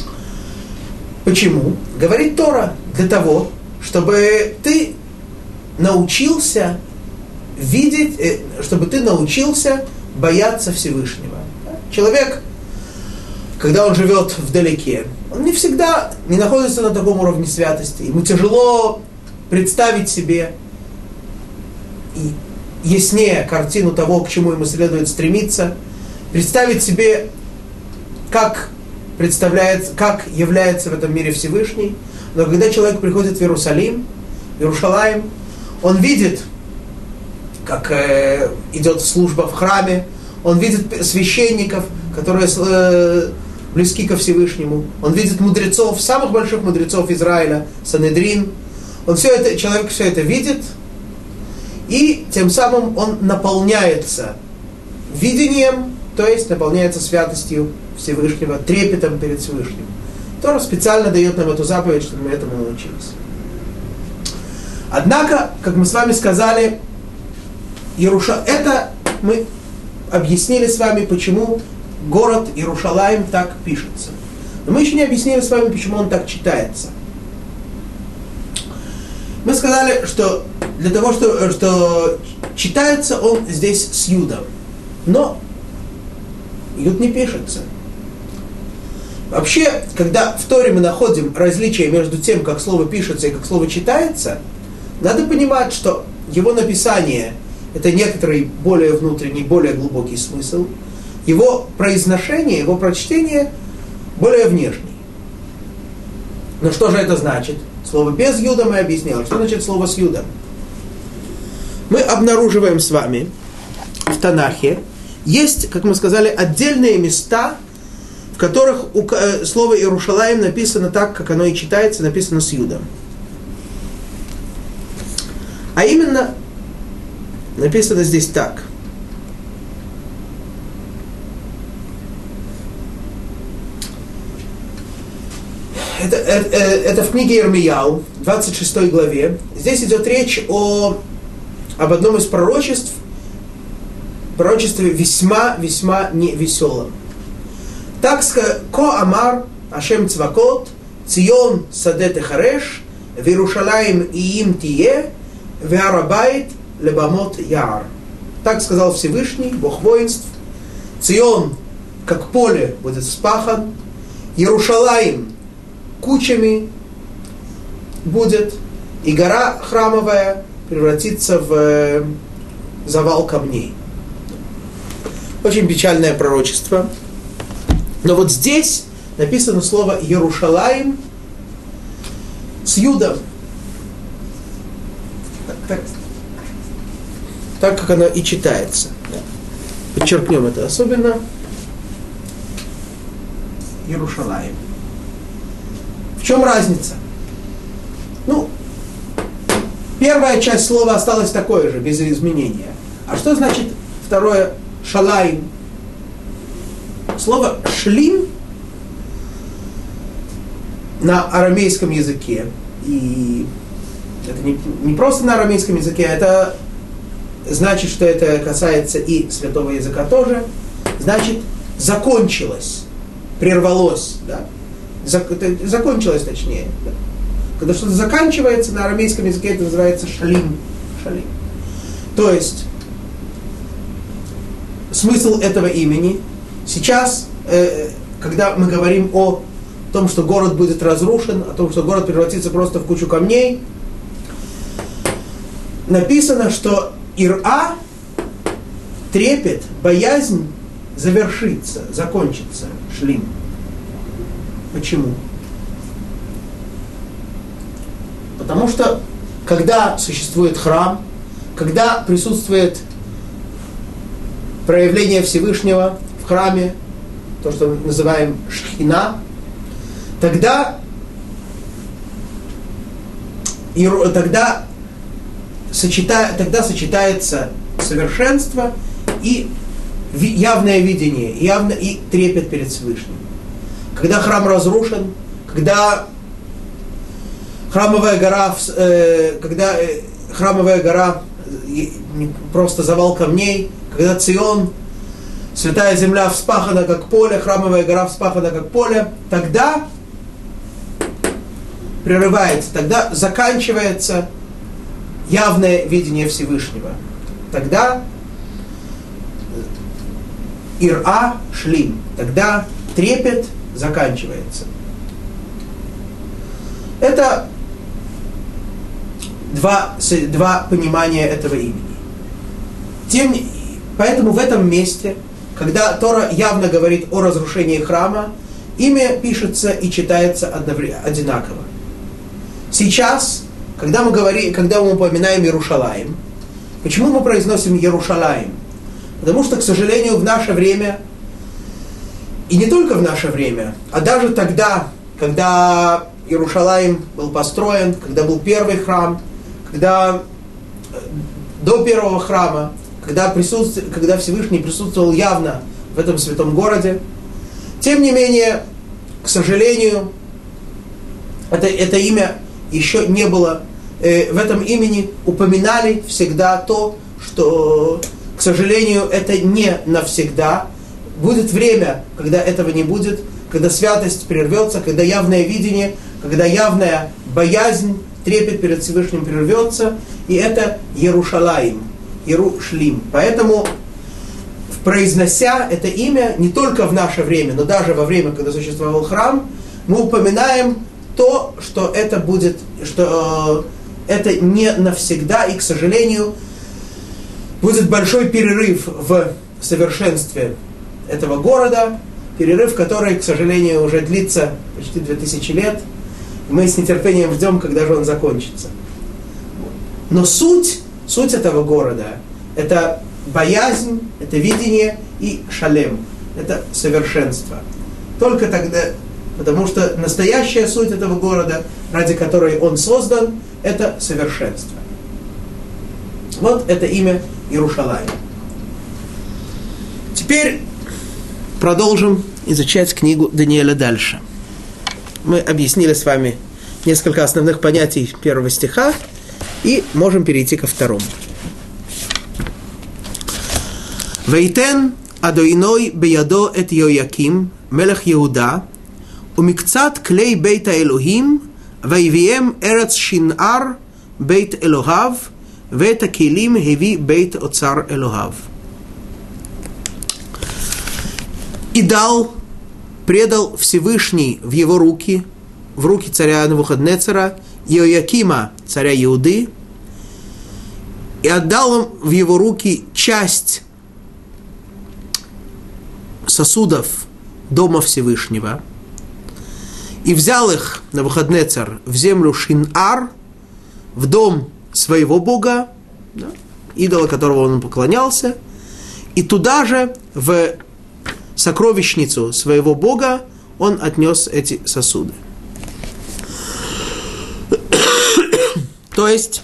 Почему? Говорит Тора, для того, чтобы ты научился видеть, чтобы ты научился бояться Всевышнего. Человек, когда он живет вдалеке, он не всегда не находится на таком уровне святости. Ему тяжело представить себе и яснее картину того, к чему ему следует стремиться, представить себе, как является в этом мире Всевышний. Но когда человек приходит в Иерусалим, он видит, как идет служба в храме, он видит священников, которые близки ко Всевышнему, он видит мудрецов, самых больших мудрецов Израиля, Санедрин. Человек все это видит, и тем самым он наполняется видением, то есть наполняется святостью Всевышнего, трепетом перед Всевышним. Тора специально дает нам эту заповедь, чтобы мы этому научились. Однако, как мы с вами сказали, это мы объяснили с вами, почему город Иерушалаим так пишется. Но мы еще не объяснили с вами, почему он так читается. Мы сказали, что для того, что читается он здесь с юдом. Но юд не пишется. Вообще, когда в Торе мы находим различие между тем, как слово пишется и как слово читается, надо понимать, что его написание – это некоторый более внутренний, более глубокий смысл. Его произношение, его прочтение более внешний. Но что же это значит? Слово без юда мы объясняли. Что значит слово с юдом? Мы обнаруживаем с вами в Танахе, есть, как мы сказали, отдельные места, в которых слово Иерушалаим написано так, как оно и читается, написано с юдом. А именно, написано здесь так. Это в книге Ирмияу, 26 главе. Здесь идет речь об одном из пророчестве весьма невеселом. Так сказано: «Ко амар Ашем Цвакот, Цион саде техареш, в Иерушалаим иим тие, в Арабайт лебамот яр». Так сказал Всевышний, Бог воинств: Цион, как поле, будет вспахан, Иерушалаим кучами будет, и гора храмовая превратится в завал камней. Очень печальное пророчество. Но вот здесь написано слово Иерушалаим с юдом. Так как оно и читается. Подчеркнем это особенно. Иерушалаим. В чем разница? Первая часть слова осталась такой же, без изменения. А что значит второе шалаим? Слово шлим на арамейском языке, и это не просто на арамейском языке, это значит, что это касается и святого языка тоже, значит закончилось, прервалось, да? Закончилось точнее. Да? Когда что-то заканчивается, на арамейском языке это называется шалим. То есть смысл этого имени сейчас, когда мы говорим о том, что город будет разрушен, о том, что город превратится просто в кучу камней, написано, что ира, трепет, боязнь завершится, закончится, шлим. Почему? Потому что, когда существует храм, когда присутствует проявление Всевышнего в храме, то, что мы называем шхина, тогда сочетается совершенство и явное видение, и трепет перед Всевышним. Когда храм разрушен, когда храмовая гора просто завал камней, когда Цион, святая земля, вспахана как поле, храмовая гора вспахана как поле, тогда прерывается, тогда заканчивается явное видение Всевышнего, тогда ира шлим, тогда трепет заканчивается. Это два понимания этого имени. Поэтому в этом месте, когда Тора явно говорит о разрушении храма, имя пишется и читается одинаково. Сейчас, когда мы упоминаем Иерушалаим, почему мы произносим Иерушалаим? Потому что, к сожалению, в наше время, и не только в наше время, а даже тогда, когда Иерушалаим был построен, когда был первый храм, когда до первого храма, когда Всевышний присутствовал явно в этом святом городе, тем не менее, к сожалению, это имя еще не было, в этом имени упоминали всегда то, что, к сожалению, это не навсегда. Будет время, когда этого не будет, когда святость прервется, когда явное видение, когда явная боязнь, трепет перед Всевышним прервется, и это Иерушалаим, Иерушлим. Поэтому, произнося это имя, не только в наше время, но даже во время, когда существовал храм, мы упоминаем то, что это будет, что это не навсегда, и, к сожалению, будет большой перерыв в совершенстве этого города, перерыв, который, к сожалению, уже длится почти 2000 лет. Мы с нетерпением ждем, когда же он закончится. Но суть этого города – это боязнь, это видение и шалем, это совершенство. Только тогда, потому что настоящая суть этого города, ради которой он создан, это совершенство. Вот это имя Иерушалаим. Теперь продолжим изучать книгу Даниэля дальше. Мы объяснили с вами несколько основных понятий первого стиха и можем перейти ко второму. «Вейтен Адоиной беядо эт Йояким, мелех Иуда, умикцат клей бейта Элохим, ваивием эрец шинар бейт Элохав, вета келим хеви бейт оцар Элохав». И предал Всевышний в его руки, в руки царя Навуходнецера, Йоякима, царя Иуды, и отдал им в его руки часть сосудов Дома Всевышнего, и взял их Навуходнецер в землю Шин-Ар, в дом своего бога, да, идола, которого он поклонялся, и туда же, в сокровищницу своего бога, он отнес эти сосуды. То есть,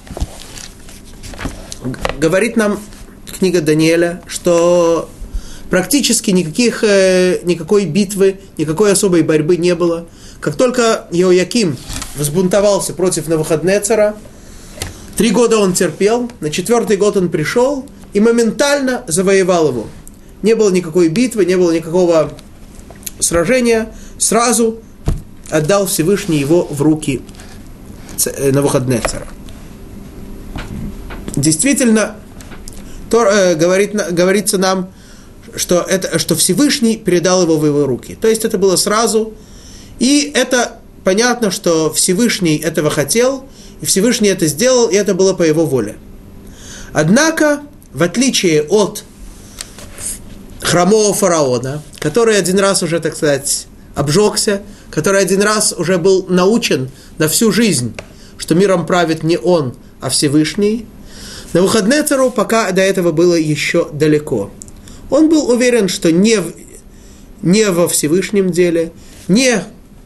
говорит нам книга Даниэля, что практически никакой битвы, никакой особой борьбы не было. Как только Йояким взбунтовался против Навуходнецера, 3 года он терпел, на 4-й год он пришел и моментально завоевал его. Не было никакой битвы, не было никакого сражения. Сразу отдал Всевышний его в руки Навуходнецера. Действительно, говорится нам, что Всевышний передал его в его руки. То есть это было сразу. И это понятно, что Всевышний этого хотел, и Всевышний это сделал, и это было по его воле. Однако, в отличие от хромого фараона, который один раз уже, так сказать, обжегся, который один раз уже был научен на всю жизнь, что миром правит не он, а Всевышний, Навуходнецеру пока до этого было еще далеко. Он был уверен, что не во Всевышнем деле, не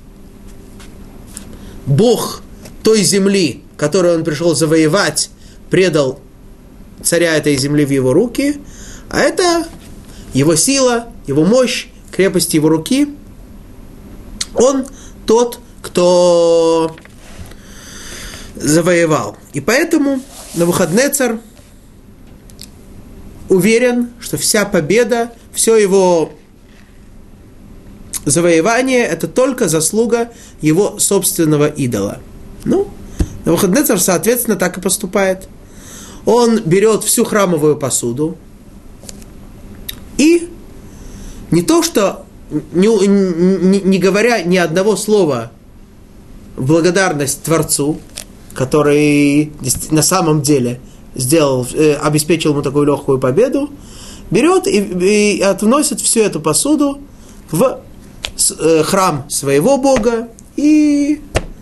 Бог той земли, которую он пришел завоевать, предал царя этой земли в его руки, а это его сила, его мощь, крепость его руки. Он тот, кто завоевал. И поэтому Навуходнецер уверен, что вся победа, все его завоевание – это только заслуга его собственного идола. Навуходнецер, соответственно, так и поступает. он берет всю храмовую посуду и не то что, не говоря ни одного слова в благодарность Творцу, который на самом деле обеспечил ему такую легкую победу, берет и относит всю эту посуду в храм своего Бога и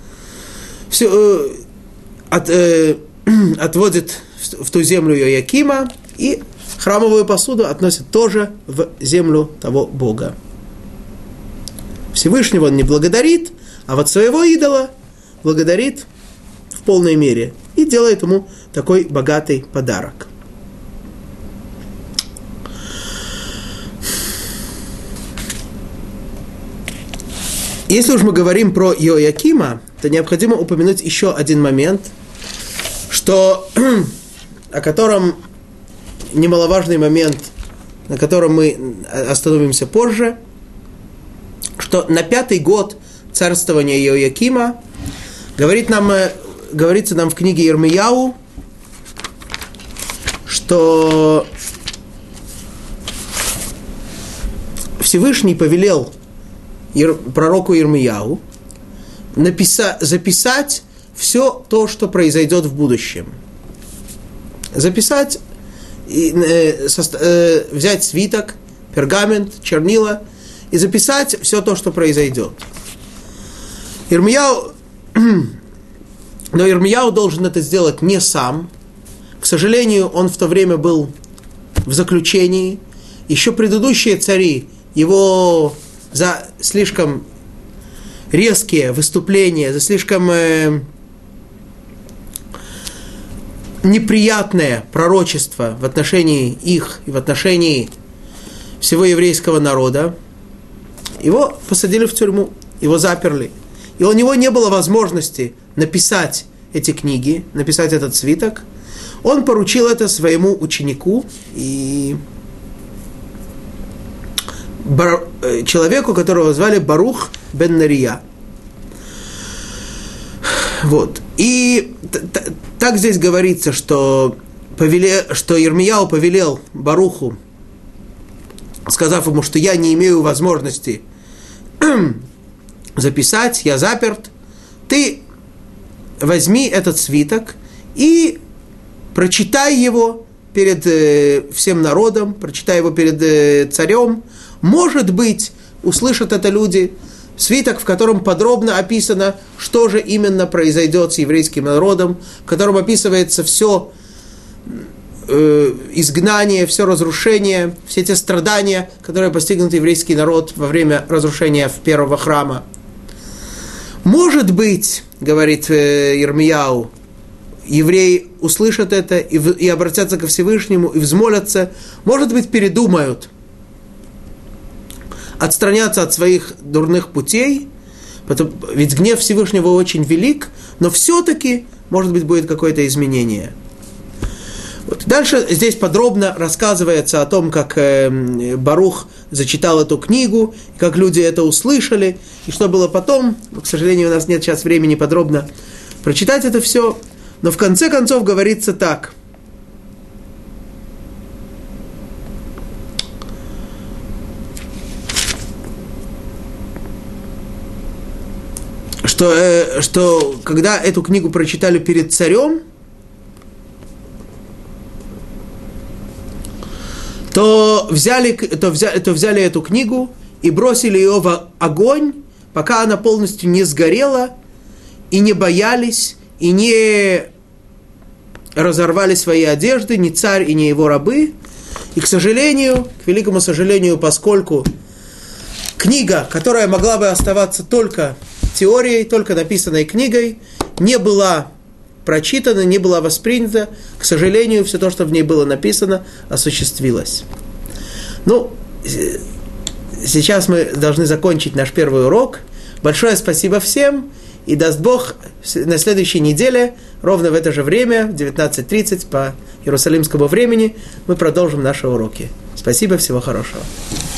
отводит в ту землю Йоякима, и храмовую посуду относит тоже в землю того Бога. Всевышнего он не благодарит, а вот своего идола благодарит в полной мере и делает ему такой богатый подарок. Если уж мы говорим про Йоякима, то необходимо упомянуть еще один момент, о котором немаловажный момент, на котором мы остановимся позже, что на 5-й год царствования Йоякима говорится нам в книге Йирмияу, что Всевышний повелел пророку Йирмияу записать все то, что произойдет в будущем. Записать, взять свиток, пергамент, чернила и записать все то, что произойдет. Но Йирмияу должен это сделать не сам. К сожалению, он в то время был в заключении. Еще предыдущие цари его за слишком резкие выступления, за слишком неприятное пророчество в отношении их и в отношении всего еврейского народа, его посадили в тюрьму, его заперли. И у него не было возможности написать эти книги, написать этот свиток. Он поручил это своему ученику и человеку, которого звали Барух бен Нария. Вот. И так здесь говорится, что Йирмияу повелел Баруху, сказав ему, что я не имею возможности записать, я заперт, ты возьми этот свиток и прочитай его перед всем народом, прочитай его перед царем. Может быть, услышат это люди, свиток, в котором подробно описано, что же именно произойдет с еврейским народом, в котором описывается все изгнание, все разрушение, все те страдания, которые постигнут еврейский народ во время разрушения первого храма. Может быть, говорит Йирмияу, евреи услышат это и обратятся ко Всевышнему, и взмолятся, может быть, передумают отстраняться от своих дурных путей, ведь гнев Всевышнего очень велик, но все-таки, может быть, будет какое-то изменение. Вот. Дальше здесь подробно рассказывается о том, как Барух зачитал эту книгу, как люди это услышали, и что было потом. К сожалению, у нас нет сейчас времени подробно прочитать это все, но в конце концов говорится так. Что когда эту книгу прочитали перед царем, то взяли эту книгу и бросили ее в огонь, пока она полностью не сгорела, и не боялись, и не разорвали свои одежды, ни царь и ни его рабы. И, к великому сожалению, поскольку книга, которая могла бы оставаться только теорией, только написанной книгой, не была прочитана, не была воспринята, к сожалению, все то, что в ней было написано, осуществилось. Сейчас мы должны закончить наш первый урок. Большое спасибо всем, и даст Бог, на следующей неделе, ровно в это же время, в 19:30 по иерусалимскому времени, мы продолжим наши уроки. Спасибо, всего хорошего.